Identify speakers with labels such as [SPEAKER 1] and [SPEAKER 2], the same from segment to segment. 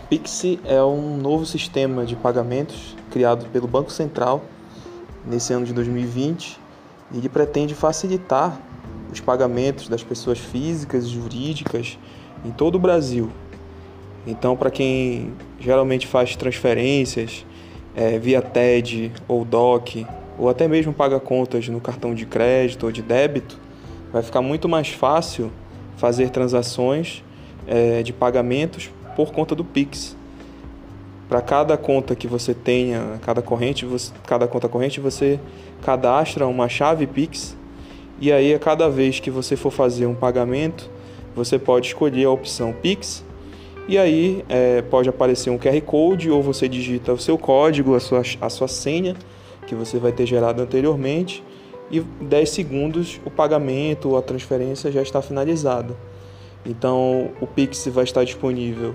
[SPEAKER 1] Pix é um novo sistema de pagamentos criado pelo Banco Central nesse ano de 2020 e ele pretende facilitar os pagamentos das pessoas físicas e jurídicas em todo o Brasil. Então, para quem geralmente faz transferências via TED ou DOC, ou até mesmo paga contas no cartão de crédito ou de débito, vai ficar muito mais fácil fazer transações de pagamentos por conta do Pix. Para cada conta que você tenha, cada conta corrente, você cadastra uma chave Pix e aí a cada vez que você for fazer um pagamento, você pode escolher a opção Pix e aí pode aparecer um QR Code ou você digita o seu código, a sua senha que você vai ter gerado anteriormente e 10 segundos o pagamento ou a transferência já está finalizada. Então o Pix vai estar disponível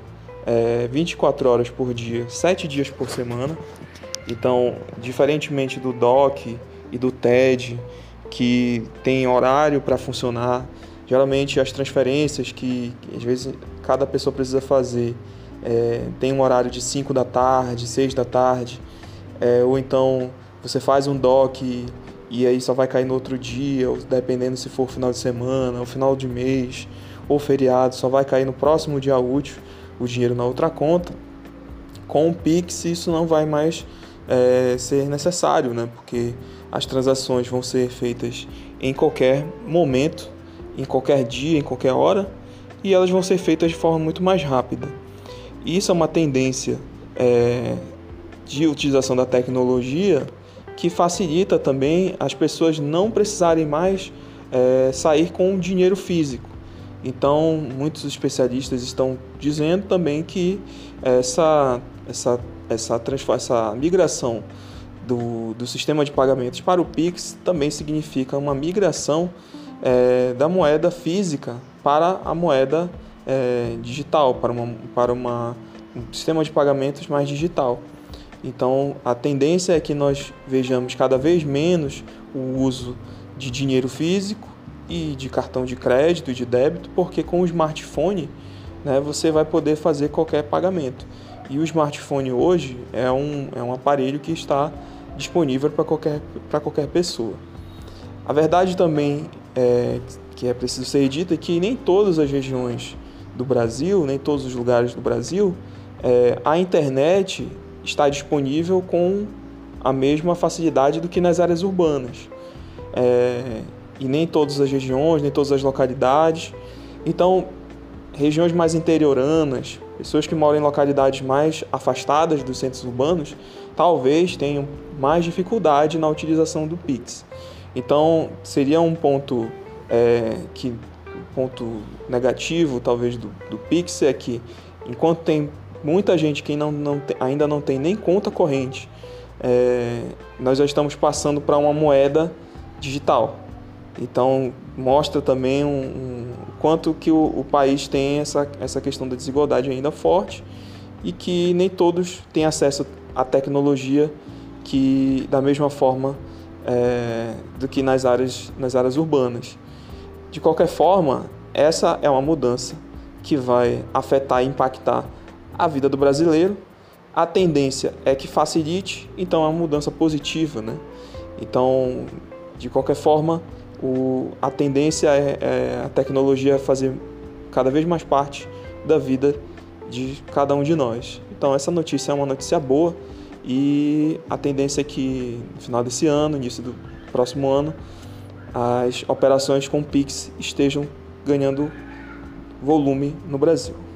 [SPEAKER 1] 24 horas por dia, 7 dias por semana. Então, diferentemente do DOC e do TED, que tem horário para funcionar, geralmente as transferências que às vezes cada pessoa precisa fazer tem um horário de 5 da tarde, 6 da tarde, ou então você faz um DOC e aí só vai cair no outro dia, ou dependendo se for final de semana, ou final de mês, ou feriado, só vai cair no próximo dia útil o dinheiro na outra conta. Com o Pix isso não vai mais ser necessário, né? Porque as transações vão ser feitas em qualquer momento, em qualquer dia, em qualquer hora, e elas vão ser feitas de forma muito mais rápida. E isso é uma tendência de utilização da tecnologia que facilita também as pessoas não precisarem mais sair com dinheiro físico. Então, muitos especialistas estão dizendo também que essa migração do sistema de pagamentos para o Pix também significa uma migração da moeda física para a moeda digital, para um sistema de pagamentos mais digital. Então, a tendência é que nós vejamos cada vez menos o uso de dinheiro físico e de cartão de crédito e de débito, porque com o smartphone, né, você vai poder fazer qualquer pagamento. E o smartphone hoje é um aparelho que está disponível para qualquer pessoa. A verdade também que é preciso ser dita é que nem todas as regiões do Brasil, nem todos os lugares do Brasil, a internet está disponível com a mesma facilidade do que nas áreas urbanas. E nem todas as regiões, nem todas as localidades. Então, regiões mais interioranas, pessoas que moram em localidades mais afastadas dos centros urbanos, talvez tenham mais dificuldade na utilização do Pix. Então, seria um ponto negativo, talvez, do Pix, é que, enquanto tem muita gente que ainda não tem nem conta corrente, nós já estamos passando para uma moeda digital. Então, mostra também quanto que o país tem essa questão da desigualdade ainda forte e que nem todos têm acesso à tecnologia da mesma forma do que nas áreas urbanas. De qualquer forma, essa é uma mudança que vai afetar e impactar a vida do brasileiro. A tendência é que facilite, então é uma mudança positiva, né? Então, de qualquer forma, a tendência é a tecnologia fazer cada vez mais parte da vida de cada um de nós. Então essa notícia é uma notícia boa e a tendência é que no final desse ano, início do próximo ano, as operações com Pix estejam ganhando volume no Brasil.